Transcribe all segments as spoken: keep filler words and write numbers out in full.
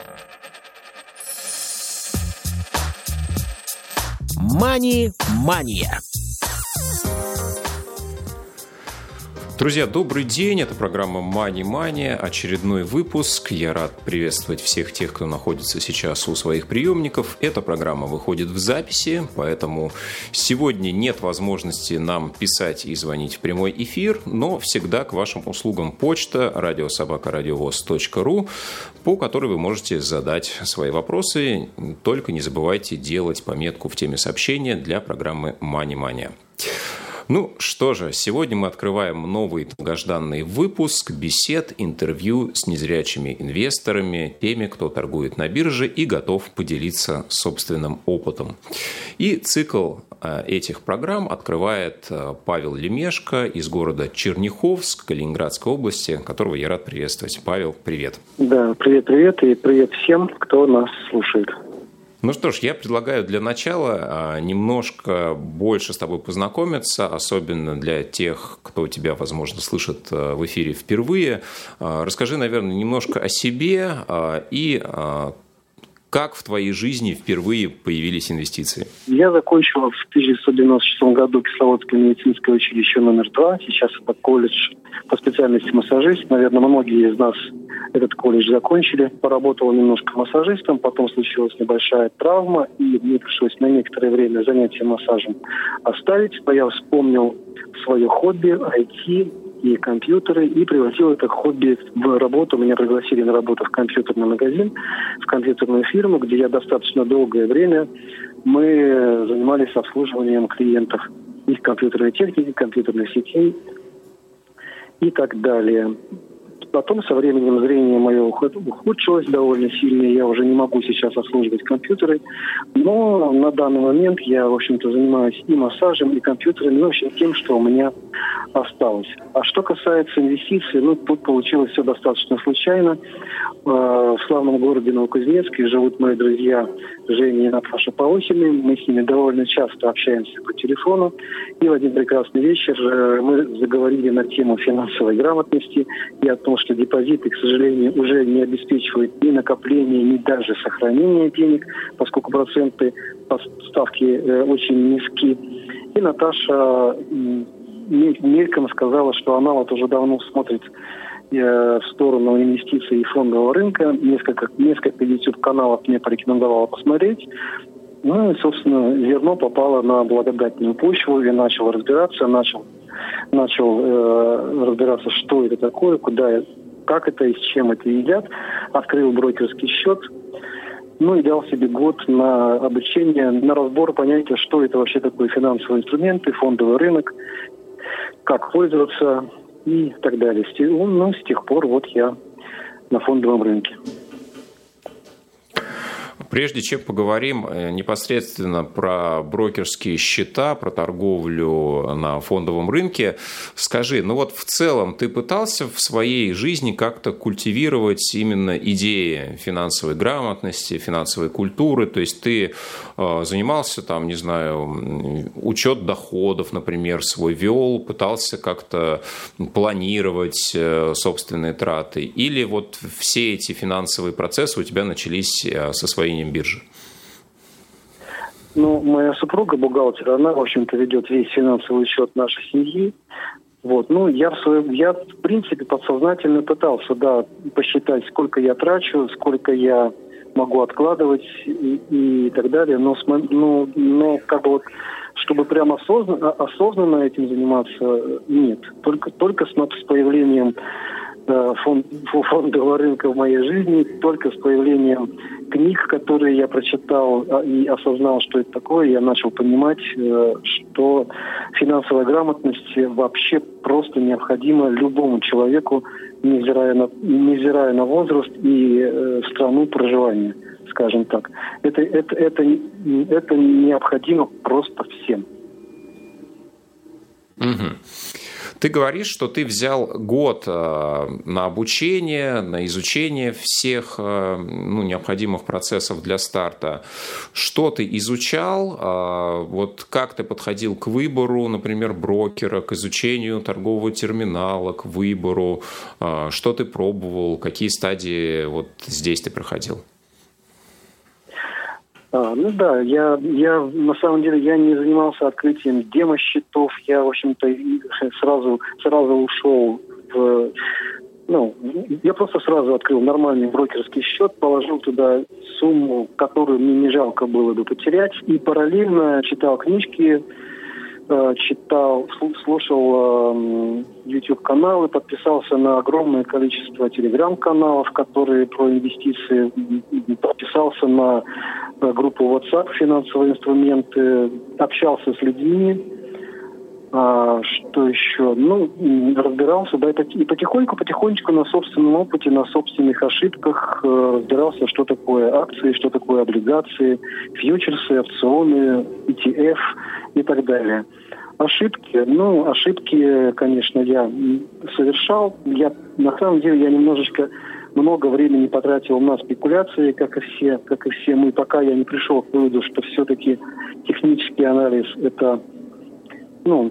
Мани-мания. Друзья, добрый день. Это программа «Мани-мания», очередной выпуск. Я рад приветствовать всех тех, кто находится сейчас у своих приемников. Эта программа выходит в записи, поэтому сегодня нет возможности нам писать и звонить в прямой эфир, но всегда к вашим услугам почта радиособака радиовоз точка ру, по которой вы можете задать свои вопросы. Только не забывайте делать пометку в теме сообщения для программы «Мани-мания». Ну что же, сегодня мы открываем новый долгожданный выпуск бесед, интервью с незрячими инвесторами, теми, кто торгует на бирже и готов поделиться собственным опытом. И цикл этих программ открывает Павел Лемешко из города Черняховск, Калининградской области, которого я рад приветствовать. Павел, привет. Да, привет-привет и привет всем, кто нас слушает. Ну что ж, я предлагаю для начала немножко больше с тобой познакомиться, особенно для тех, кто тебя, возможно, слышит в эфире впервые. Расскажи, наверное, немножко о себе и как в твоей жизни впервые появились инвестиции. Я закончил в тысяча девятьсот девяносто шестом году Кисловодское медицинское училище номер два. Сейчас это колледж по специальности массажист. Наверное, многие из нас этот колледж закончили. Поработал немножко массажистом, потом случилась небольшая травма, и мне пришлось на некоторое время занятия массажем оставить. Я вспомнил свое хобби, ай ти и компьютеры, и превратил это хобби в работу. Меня пригласили на работу в компьютерный магазин, в компьютерную фирму, где я достаточно долгое время мы занимались обслуживанием клиентов, их компьютерной техники, компьютерных сетей и так далее. Потом со временем зрение мое ухудшилось довольно сильно, я уже не могу сейчас обслуживать компьютеры, но на данный момент я, в общем-то, занимаюсь и массажем, и компьютерами, ну, в общем, тем, что у меня осталось. А что касается инвестиций, ну, тут получилось все достаточно случайно. В славном городе Новокузнецке живут мои друзья Женя и Наташа Полохины. Мы с ними довольно часто общаемся по телефону. И в один прекрасный вечер мы заговорили на тему финансовой грамотности и о том, что депозиты, к сожалению, уже не обеспечивают ни накопления, ни даже сохранения денег, поскольку проценты по ставке очень низки. И Наташа мельком сказала, что она вот уже давно смотрит в сторону инвестиций и фондового рынка. Несколько, несколько YouTube-каналов мне порекомендовала посмотреть. Ну и, собственно, зерно попало на благодатную почву. Я начал разбираться, начал, начал э, разбираться, что это такое, куда, как это и с чем это едят. Открыл брокерский счет. Ну и дал себе год на обучение, на разбор понятия, что это вообще такое финансовые инструменты, фондовый рынок, как пользоваться и так далее. Ну, с тех пор вот я на фондовом рынке. Прежде чем поговорим непосредственно про брокерские счета, про торговлю на фондовом рынке, скажи, ну вот в целом ты пытался в своей жизни как-то культивировать именно идеи финансовой грамотности, финансовой культуры, то есть ты занимался там, не знаю, учет доходов, например, свой вел, пытался как-то планировать собственные траты, или вот все эти финансовые процессы у тебя начались с освоением биржи? Ну, моя супруга бухгалтер, она, в общем-то, ведет весь финансовый учет нашей семьи. Вот. Ну, я в своем, я, в принципе, подсознательно пытался, да, посчитать, сколько я трачу, сколько я могу откладывать и, и так далее. Но, ну, но как бы вот, чтобы прямо осознанно, осознанно этим заниматься, нет. Только, только с, с появлением Фонд, фондового рынка в моей жизни, только с появлением книг, которые я прочитал и осознал, что это такое, я начал понимать, что финансовая грамотность вообще просто необходима любому человеку, невзирая на, невзирая на возраст и страну проживания, скажем так. Это, это, это, это необходимо просто всем. Угу. Ты говоришь, что ты взял год на обучение, на изучение всех ну, необходимых процессов для старта. Что ты изучал? Вот как ты подходил к выбору, например, брокера, к изучению торгового терминала, к выбору? Что ты пробовал? Какие стадии вот здесь ты проходил? А, ну да, я, я на самом деле я не занимался открытием демо-счетов, я, в общем-то, сразу, сразу ушел в... Ну, я просто сразу открыл нормальный брокерский счет, положил туда сумму, которую мне не жалко было бы потерять, и параллельно читал книжки, читал, слушал YouTube-каналы, подписался на огромное количество телеграм-каналов, которые про инвестиции, подписался на группу WhatsApp «Финансовые инструменты», общался с людьми. А, что еще? Ну, разбирался, да, и потихоньку, потихонечку на собственном опыте, на собственных ошибках э, разбирался, что такое акции, что такое облигации, фьючерсы, опционы, и ти эф и так далее. Ошибки, ну, ошибки, конечно, я совершал. Я, на самом деле, я немножечко много времени потратил на спекуляции, как и все, как и все мы, пока я не пришел к выводу, что все-таки технический анализ – это, ну,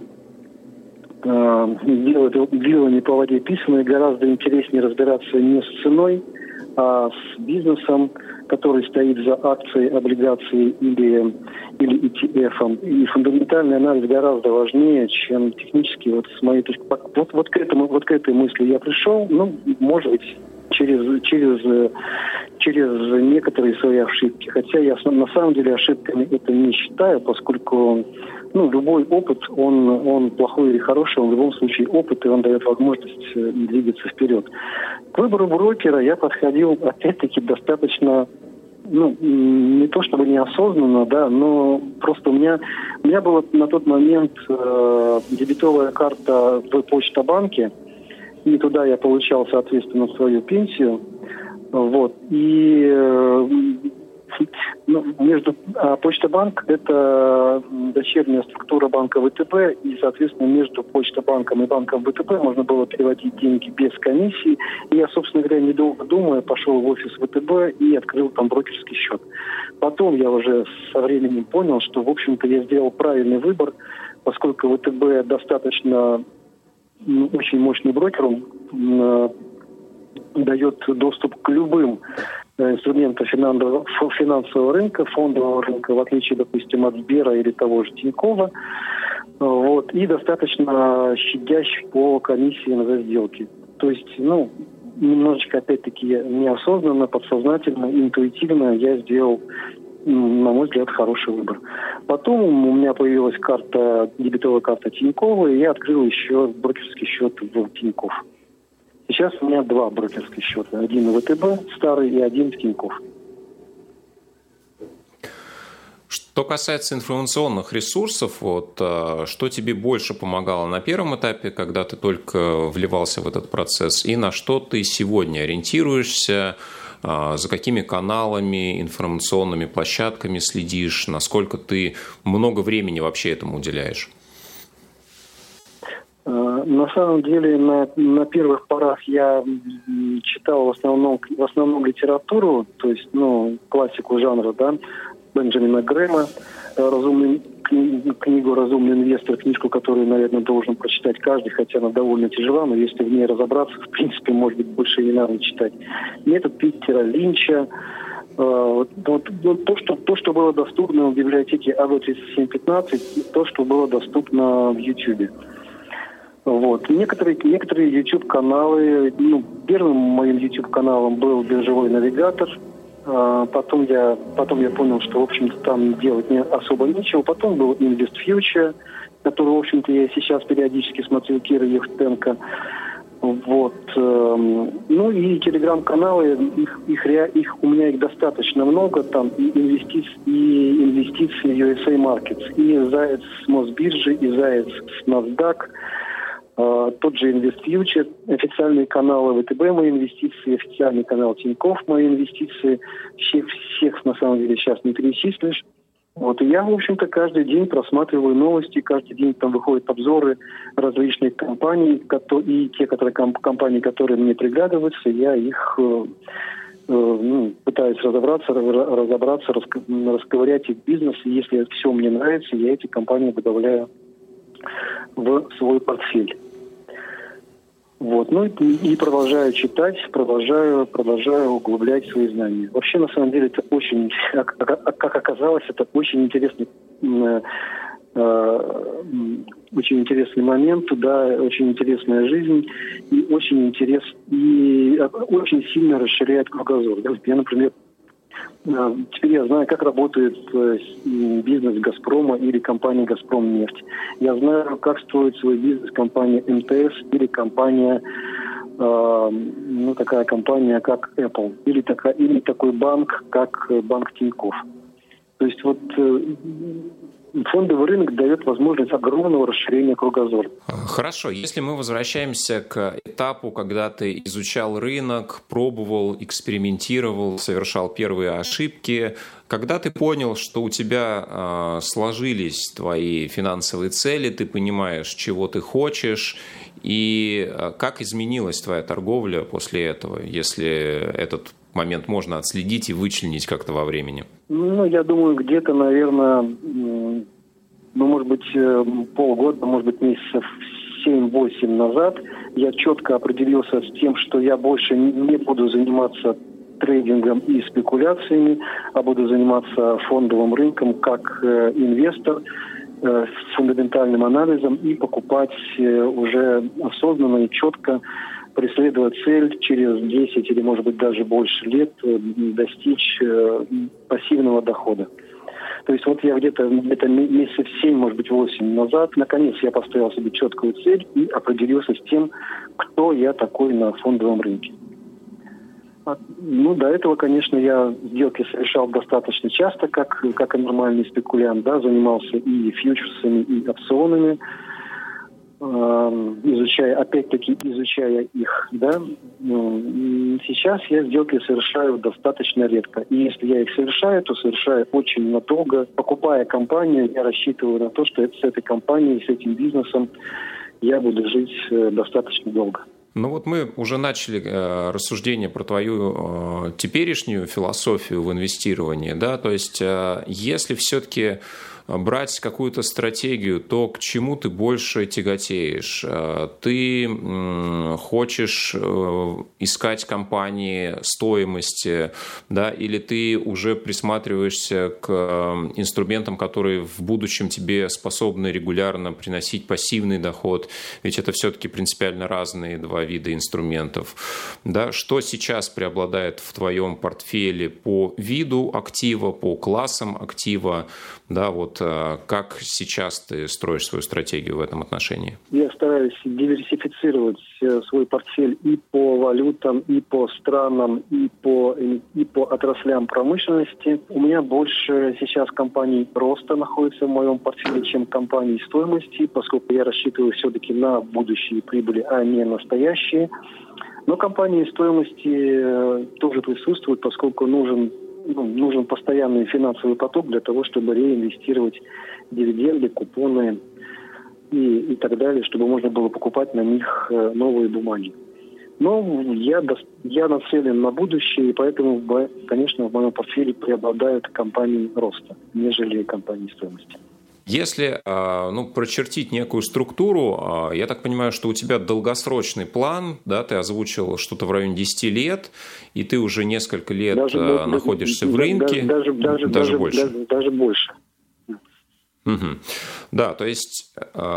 дело, дело не по воде писанное, гораздо интереснее разбираться не с ценой, а с бизнесом, который стоит за акцией, облигацией или, или и ти эф. И фундаментальный анализ гораздо важнее, чем технический. Вот с моей точки вот, вот, к этому, вот к этой мысли я пришел, ну, может быть, через, через, через некоторые свои ошибки. Хотя я на самом деле ошибками это не считаю, поскольку ну, любой опыт, он, он плохой или хороший, он в любом случае опыт, и он дает возможность двигаться вперед. К выбору брокера я подходил, опять-таки, достаточно, ну, не то чтобы неосознанно, да, но просто у меня, у меня была на тот момент э, дебетовая карта в Почта-банке, и туда я получал, соответственно, свою пенсию, вот, и... Э, Ну, между а, Почта-банк – это дочерняя структура банка вэ тэ бэ, и, соответственно, между Почта-банком и банком вэ тэ бэ можно было переводить деньги без комиссии. И я, собственно говоря, недолго думая, пошел в офис вэ тэ бэ и открыл там брокерский счет. Потом я уже со временем понял, что, в общем-то, я сделал правильный выбор, поскольку вэ тэ бэ достаточно ну, очень мощный брокер, он э, дает доступ к любым инструмента финансового, финансового рынка, фондового рынка, в отличие, допустим, от Сбера или того же Тинькова. Вот, и достаточно щадящий по комиссиям за сделки. То есть, ну, немножечко, опять-таки, неосознанно, подсознательно, интуитивно я сделал, на мой взгляд, хороший выбор. Потом у меня появилась карта, дебетовая карта Тинькова, и я открыл еще брокерский счет в Тинькофф. Сейчас у меня два брокерских счета. Один в вэ тэ бэ старый и один в Тинькофф. Что касается информационных ресурсов, вот, что тебе больше помогало на первом этапе, когда ты только вливался в этот процесс, и на что ты сегодня ориентируешься, за какими каналами, информационными площадками следишь, насколько ты много времени вообще этому уделяешь? На самом деле, на, на первых порах я читал в основном, в основном литературу, то есть, ну, классику жанра, да, Бенджамина Грэма, разумный, книгу, книгу «Разумный инвестор», книжку, которую, наверное, должен прочитать каждый, хотя она довольно тяжела, но если в ней разобраться, в принципе, может быть, больше не надо читать. Метод Питера Линча, Вот, вот, вот то, что, то, что было доступно в библиотеке а вэ тридцать семь пятнадцать, и то, что было доступно в YouTube. Вот. Некоторые, некоторые YouTube-каналы, ну, первым моим YouTube-каналом был «Биржевой навигатор», а, потом, я, потом я понял, что, в общем-то, там делать не, особо нечего. Потом был InvestFuture, который, в общем-то, я сейчас периодически смотрю, Кира Евтенко. Вот. Ну и телеграм-каналы, их, их, их, у меня их достаточно много, там и инвестиции, и инвестиции ю эс эй Markets, и Заяц с Мосбиржи, и Заяц с NASDAQ, тот же InvestFuture, официальные каналы вэ тэ бэ мои инвестиции, официальный канал Тинькофф мои инвестиции, всех, всех на самом деле сейчас не перечислишь. Вот, и я, в общем-то, каждый день просматриваю новости, каждый день там выходят обзоры различных компаний, и те которые, компании, которые мне приглядываются, я их э, э, ну, пытаюсь разобраться, разобраться, расковырять их бизнес, и если все мне нравится, я эти компании добавляю в свой портфель. Вот. Ну и, и продолжаю читать, продолжаю, продолжаю углублять свои знания. Вообще, на самом деле, это очень, как, как оказалось, это очень интересный, э, э, очень интересный момент, да, очень интересная жизнь и очень интерес, и очень сильно расширяет кругозор. Я, например, теперь я знаю, как работает бизнес «Газпрома» или компания «Газпромнефть». Я знаю, как строит свой бизнес компания эм тэ эс или компания, э, ну, такая компания, как Apple, или, такая, или такой банк, как банк Тинькофф. То есть вот фондовый рынок дает возможность огромного расширения кругозора. Хорошо, если мы возвращаемся к этапу, когда ты изучал рынок, пробовал, экспериментировал, совершал первые ошибки, когда ты понял, что у тебя э, сложились твои финансовые цели, ты понимаешь, чего ты хочешь, и э, как изменилась твоя торговля после этого, если этот момент можно отследить и вычленить как-то во времени? Ну, я думаю, где-то, наверное, ну, может быть, полгода, может быть, месяцев семь-восемь назад я четко определился с тем, что я больше не буду заниматься трейдингом и спекуляциями, а буду заниматься фондовым рынком как э, инвестор, э, с фундаментальным анализом и покупать э, уже осознанно и четко, преследовать цель через десять или, может быть, даже больше лет э, достичь э, пассивного дохода. То есть вот я где-то, где-то месяцев семь, может быть, восемь назад, наконец я поставил себе четкую цель и определился с тем, кто я такой на фондовом рынке. Ну, до этого, конечно, я сделки совершал достаточно часто, как, как и нормальный спекулянт, да, занимался и фьючерсами, и опционами, э, изучая, опять-таки, изучая их, да. Сейчас я сделки совершаю достаточно редко. И если я их совершаю, то совершаю очень надолго. Покупая компанию, я рассчитываю на то, что с этой компанией, с этим бизнесом я буду жить достаточно долго. Ну вот мы уже начали э, рассуждение про твою э, теперешнюю философию в инвестировании, да, то есть э, если все-таки брать какую-то стратегию, то к чему ты больше тяготеешь? Ты хочешь искать компании стоимости, да, или ты уже присматриваешься к инструментам, которые в будущем тебе способны регулярно приносить пассивный доход? Ведь это все-таки принципиально разные два вида инструментов. Да? Что сейчас преобладает в твоем портфеле по виду актива, по классам актива? Да, вот как сейчас ты строишь свою стратегию в этом отношении? Я стараюсь диверсифицировать свой портфель и по валютам, и по странам, и по, и по отраслям промышленности. У меня больше сейчас компаний роста находится в моем портфеле, чем компаний стоимости, поскольку я рассчитываю все-таки на будущие прибыли, а не настоящие. Но компании стоимости тоже присутствуют, поскольку нужен Ну, нужен постоянный финансовый поток для того, чтобы реинвестировать дивиденды, купоны и, и так далее, чтобы можно было покупать на них новые бумаги. Но я, я нацелен на будущее, и поэтому, конечно, в моем портфеле преобладают компании роста, нежели компании стоимости. Если ну, прочертить некую структуру, я так понимаю, что у тебя долгосрочный план, да, ты озвучил что-то в районе десяти лет, и ты уже несколько лет даже, находишься даже, в рынке. Даже, даже, даже, даже больше. Даже, даже больше. Угу. Да, то есть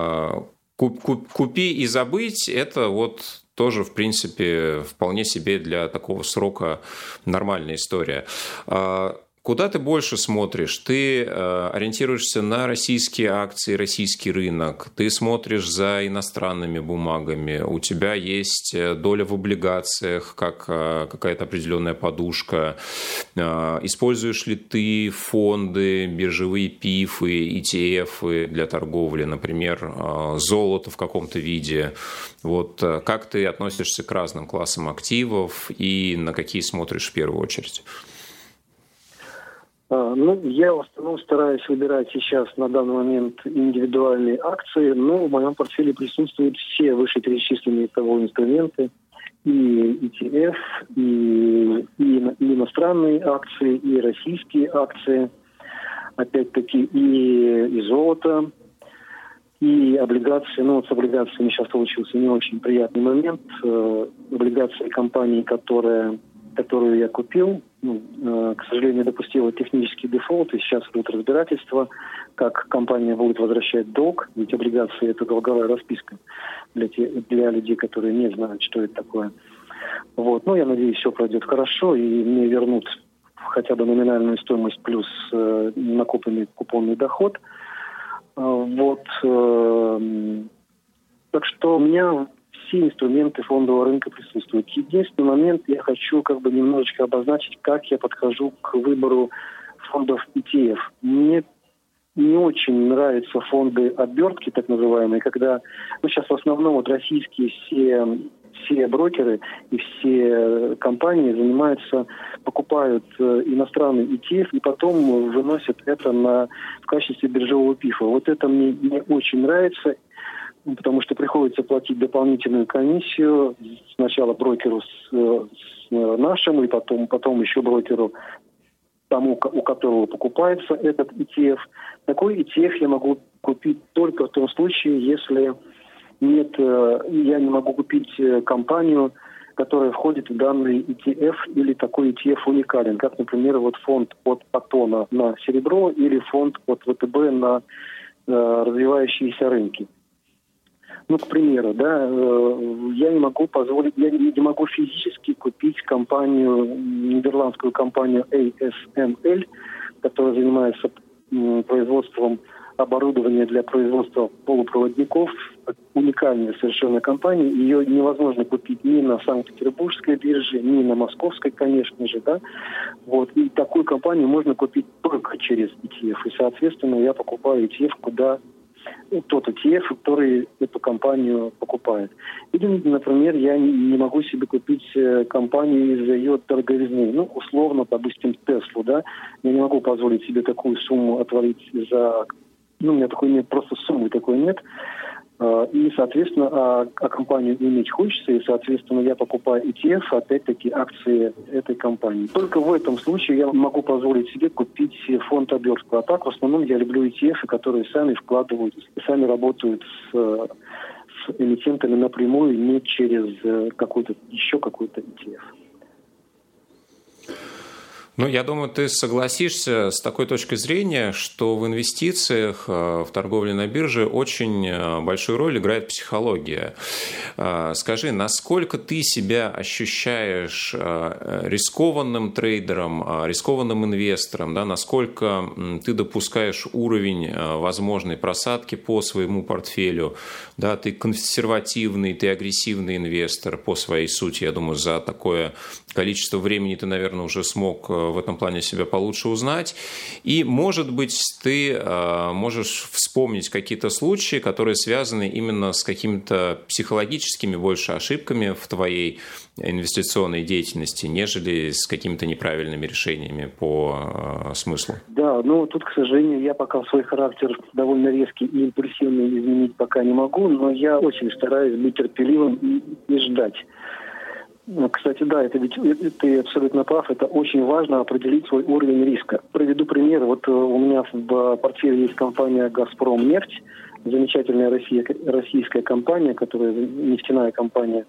купи и забыть – это вот тоже, в принципе, вполне себе для такого срока нормальная история. Куда ты больше смотришь? Ты э, ориентируешься на российские акции, российский рынок, ты смотришь за иностранными бумагами, у тебя есть доля в облигациях, как э, какая-то определенная подушка. Э, используешь ли ты фонды, биржевые пифы, и ти эф для торговли, например, э, золото в каком-то виде? Вот э, как ты относишься к разным классам активов и на какие смотришь в первую очередь? А, ну, я в основном стараюсь выбирать сейчас на данный момент индивидуальные акции, но в моем портфеле присутствуют все вышеперечисленные того инструменты, и и ти эф, и, и, и иностранные акции, и российские акции, опять-таки и, и золото, и облигации. Ну, вот с облигациями сейчас получился не очень приятный момент. Э, облигации компании, которая, которую я купил, ну, э, к сожалению, допустила технический дефолт, и сейчас идут разбирательства, как компания будет возвращать долг, ведь облигации – это долговая расписка для, те, для людей, которые не знают, что это такое. Вот. Ну, я надеюсь, все пройдет хорошо, и мне вернут хотя бы номинальную стоимость плюс э, накопленный купонный доход. Э, вот. Э, так что у меня все инструменты фондового рынка присутствуют. Единственный момент, я хочу как бы немножечко обозначить, как я подхожу к выбору фондов и ти эф. Мне не очень нравятся фонды обертки, так называемые, когда, ну, сейчас в основном вот российские все, все брокеры и все компании занимаются, покупают э, иностранный и ти эф и потом выносят это на, в качестве биржевого пифа. Вот это мне не очень нравится, потому что приходится платить дополнительную комиссию сначала брокеру с, с нашему, и потом, потом еще брокеру тому, у которого покупается этот и ти эф. Такой и ти эф я могу купить только в том случае, если нет, я не могу купить компанию, которая входит в данный и ти эф, или такой и ти эф уникален, как, например, вот фонд от Атона на серебро или фонд от вэ тэ бэ на э, развивающиеся рынки. Ну, к примеру, да, я не могу позволить, я не могу физически купить компанию, нидерландскую компанию эй эс эм эл, которая занимается производством оборудования для производства полупроводников. Уникальная совершенно компания. Ее невозможно купить ни на Санкт-Петербургской бирже, ни на Московской, конечно же, да. Вот. И такую компанию можно купить только через и ти эф. И, соответственно, я покупаю и ти эф, куда тот и ти эф, который эту компанию покупает. Или, например, я не могу себе купить компанию из-за ее дороговизны. Ну, условно, допустим, Теслу, да. Я не могу позволить себе такую сумму отвалить за... Ну, у меня такой нет, просто суммы такой нет. И, соответственно, а, а компанию иметь хочется, и, соответственно, я покупаю и ти эф, опять-таки, акции этой компании. Только в этом случае я могу позволить себе купить фонд обертку. А так, в основном, я люблю и ти эф, которые сами вкладывают, сами работают с, с эмитентами напрямую, не через какой-то, еще какой-то и ти эф. Ну, я думаю, ты согласишься с такой точкой зрения, что в инвестициях, в торговле на бирже очень большую роль играет психология. Скажи, насколько ты себя ощущаешь рискованным трейдером, рискованным инвестором, да, насколько ты допускаешь уровень возможной просадки по своему портфелю, да, ты консервативный, ты агрессивный инвестор по своей сути, я думаю, за такое количество времени ты, наверное, уже смог в этом плане себя получше узнать. И, может быть, ты э, можешь вспомнить какие-то случаи, которые связаны именно с какими-то психологическими больше ошибками в твоей инвестиционной деятельности, нежели с какими-то неправильными решениями по э, смыслу. Да, ну тут, к сожалению, я пока свой характер довольно резкий и импульсивный изменить пока не могу, но я очень стараюсь быть терпеливым и, и ждать. Кстати, да, это ведь ты абсолютно прав, это очень важно определить свой уровень риска. Приведу пример. Вот у меня в портфеле есть компания «Газпромнефть», замечательная Россия, российская компания, которая нефтяная компания.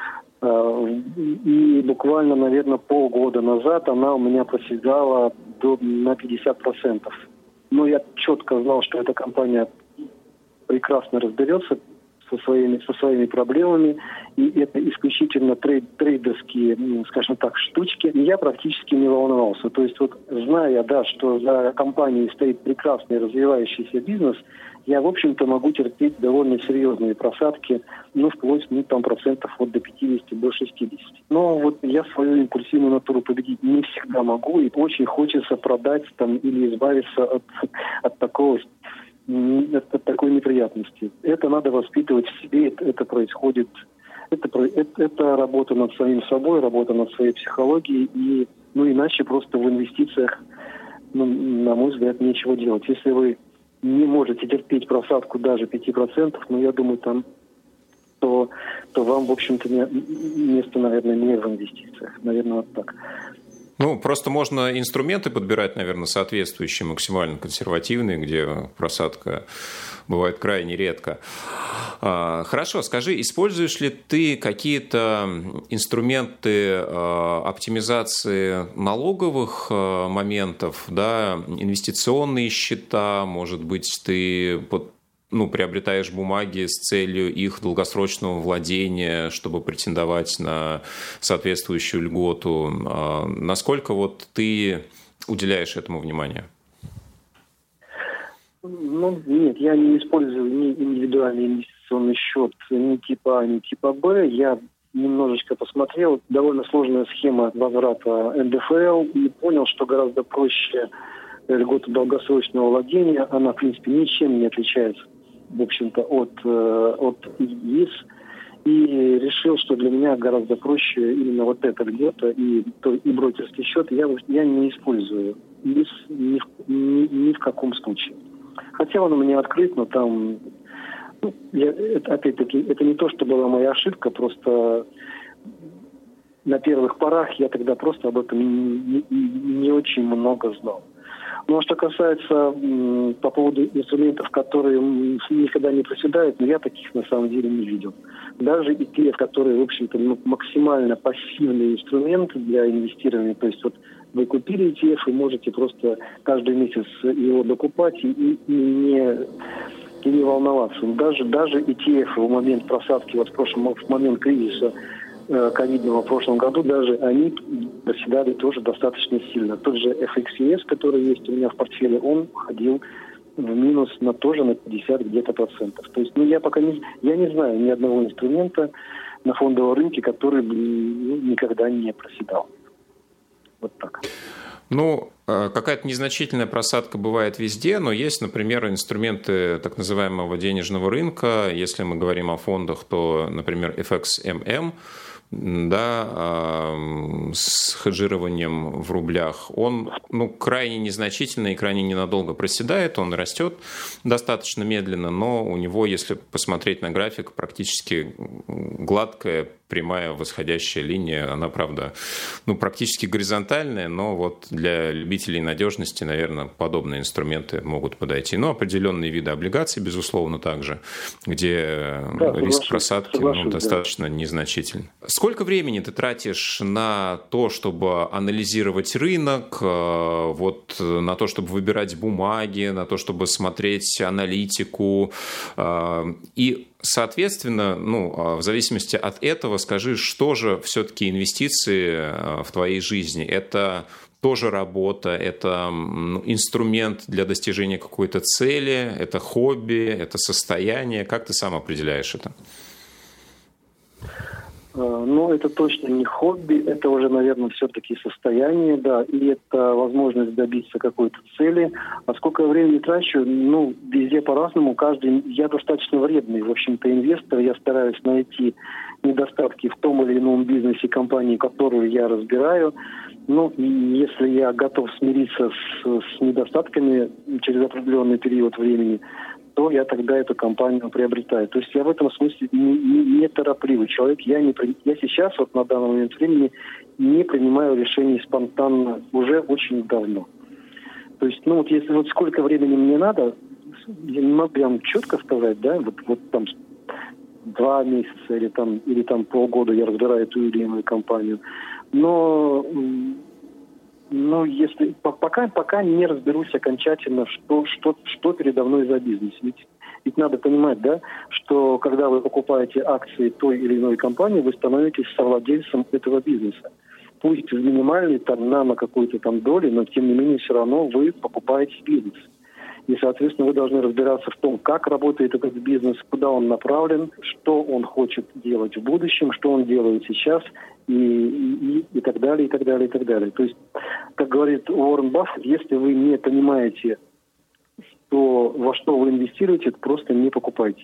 И буквально, наверное, полгода назад она у меня проседала до, на пятьдесят процентов. Но я четко знал, что эта компания прекрасно разберется со своими, со своими проблемами, и это исключительно трейд, трейдерские, скажем так, штучки, и я практически не волновался. То есть вот зная, да, что за компанией стоит прекрасный развивающийся бизнес, я, в общем-то, могу терпеть довольно серьезные просадки, ну, вплоть, ну, там, процентов вот до пятидесяти, до шестидесяти. Но вот я свою импульсивную натуру победить не всегда могу, и очень хочется продать там или избавиться от, от такого от такой неприятности. Это надо воспитывать в себе, это, это происходит, это, это, это работа над самим собой, работа над своей психологией, и, ну, иначе просто в инвестициях ну, на мой взгляд, нечего делать. Если вы не можете терпеть просадку даже пять процентов, ну, я думаю, там, то, то вам, в общем-то, не, место, наверное, не в инвестициях. Наверное, вот так. Ну, просто можно инструменты подбирать, наверное, соответствующие, максимально консервативные, где просадка бывает крайне редко. Хорошо, скажи, используешь ли ты какие-то инструменты оптимизации налоговых моментов, да, инвестиционные счета, может быть, ты под ну, приобретаешь бумаги с целью их долгосрочного владения, чтобы претендовать на соответствующую льготу. Насколько вот ты уделяешь этому внимание? Ну, нет, я не использую ни индивидуальный инвестиционный счет ни типа А, ни типа Б. Я немножечко посмотрел. Довольно сложная схема возврата эн дэ эф эл и понял, что гораздо проще льгота долгосрочного владения. Она, в принципе, ничем не отличается, в общем-то, от, от ИИС, и решил, что для меня гораздо проще именно вот эта льгота и, и брокерский счет я, я не использую ИИС ни, ни, ни в каком случае. Хотя он у меня открыт, но там, ну, я, это, опять-таки, это не то, что была моя ошибка, просто на первых порах я тогда просто об этом не, не, не очень много знал. Ну, а что касается м, по поводу инструментов, которые никогда не проседают, ну, я таких на самом деле не видел. Даже и те, которые, в общем-то, максимально пассивные инструменты для инвестирования, то есть вот вы купили и ти эф и можете просто каждый месяц его докупать и, и, и, не, и не волноваться. Даже, даже и ти эф в момент просадки, вот в прошлом, в момент кризиса ковидного в прошлом году, даже они проседали тоже достаточно сильно. Тот же эф икс и эс, который есть у меня в портфеле, он ходил в минус на тоже на пятьдесят где-то процентов. То есть, ну, я пока не, я не знаю ни одного инструмента на фондовом рынке, который бы, ну, никогда не проседал. Вот так. Ну, какая-то незначительная просадка бывает везде, но есть, например, инструменты так называемого денежного рынка. Если мы говорим о фондах, то, например, эф экс эм эм, да, с хеджированием в рублях, он, ну, крайне незначительно и крайне ненадолго проседает, он растет достаточно медленно, но у него, если посмотреть на график, практически гладкая, прямая восходящая линия, она, правда, ну, практически горизонтальная, но вот для любителей надежности, наверное, подобные инструменты могут подойти. Ну, определенные виды облигаций, безусловно, также, где да, риск соглашусь, просадки соглашусь, ну, достаточно да. незначительный. Сколько времени ты тратишь на то, чтобы анализировать рынок, вот, на то, чтобы выбирать бумаги, на то, чтобы смотреть аналитику и, соответственно, ну, в зависимости от этого скажи, что же все-таки инвестиции в твоей жизни? Это тоже работа, это ну, инструмент для достижения какой-то цели, это хобби, это состояние. Как ты сам определяешь это? Ну, это точно не хобби, это уже, наверное, все-таки состояние, да, и это возможность добиться какой-то цели. А сколько времени трачу? Ну, везде по-разному, каждый, я достаточно вредный, в общем-то, инвестор, я стараюсь найти недостатки в том или ином бизнесе компании, которую я разбираю. Ну, и если я готов смириться с, с недостатками через определенный период времени, то я тогда эту компанию приобретаю. То есть я в этом смысле не, не, не торопливый человек. Я, не, я сейчас, вот на данный момент времени, не принимаю решений спонтанно уже очень давно. То есть, ну вот если вот сколько времени мне надо, я не могу прям четко сказать, да, вот, вот там два месяца или там, или там полгода я разбираю ту или иную компанию. Но... Ну, если пока, пока не разберусь окончательно, что, что, что передо мной за бизнес. Ведь, ведь надо понимать, да, что когда вы покупаете акции той или иной компании, вы становитесь совладельцем этого бизнеса. Пусть в минимальной, там, на какой-то там доли, но тем не менее все равно вы покупаете бизнес. И, соответственно, вы должны разбираться в том, как работает этот бизнес, куда он направлен, что он хочет делать в будущем, что он делает сейчас, и, и, и так далее, и так далее, и так далее. То есть, как говорит Уоррен Баффет, если вы не понимаете, что, во что вы инвестируете, просто не покупайте.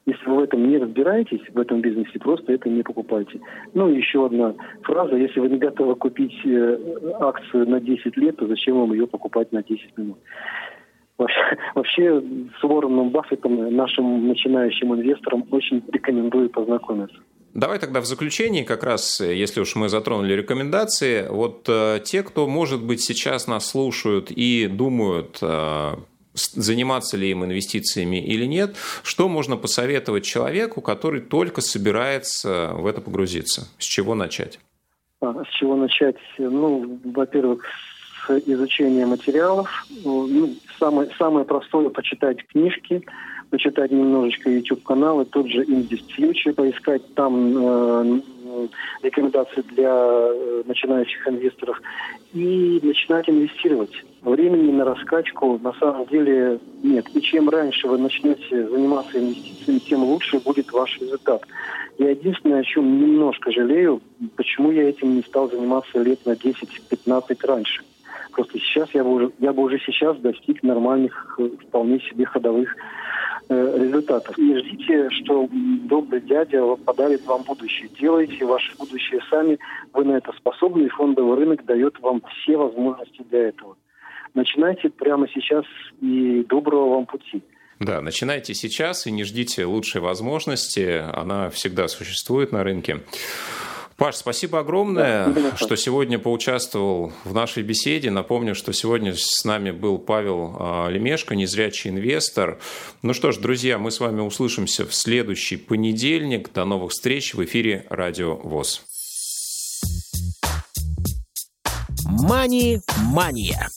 Если вы в этом не разбираетесь, в этом бизнесе, просто это не покупайте. Ну и еще одна фраза. Если вы не готовы купить акцию на десять лет, то зачем вам ее покупать на десять минут? Вообще, вообще с Уорреном Баффетом, нашим начинающим инвесторам, очень рекомендую познакомиться. Давай тогда в заключении, как раз, если уж мы затронули рекомендации, вот э, те, кто, может быть, сейчас нас слушают и думают, э, заниматься ли им инвестициями или нет, что можно посоветовать человеку, который только собирается в это погрузиться? С чего начать? А, с чего начать? Ну, во-первых, с изучения материалов. Ну, самое, самое простое — почитать книжки, почитать немножечко YouTube-каналы, тот же Indies Future, поискать там э, рекомендации для э, начинающих инвесторов и начинать инвестировать. Времени на раскачку на самом деле нет. И чем раньше вы начнете заниматься инвестициями, тем лучше будет ваш результат. Я единственное, о чем немножко жалею, почему я этим не стал заниматься лет на десять-пятнадцать раньше. Просто сейчас я бы уже, я бы уже сейчас достиг нормальных, вполне себе ходовых э, результатов. Не ждите, что добрый дядя подарит вам будущее. Делайте ваше будущее сами. Вы на это способны, и фондовый рынок дает вам все возможности для этого. Начинайте прямо сейчас, и доброго вам пути. Да, начинайте сейчас и не ждите лучшей возможности. Она всегда существует на рынке. Паш, спасибо огромное, да, что сегодня поучаствовал в нашей беседе. Напомню, что сегодня с нами был Павел Лемешко, незрячий инвестор. Ну что ж, друзья, мы с вами услышимся в следующий понедельник. До новых встреч в эфире Радио ВОС. Мани-мания.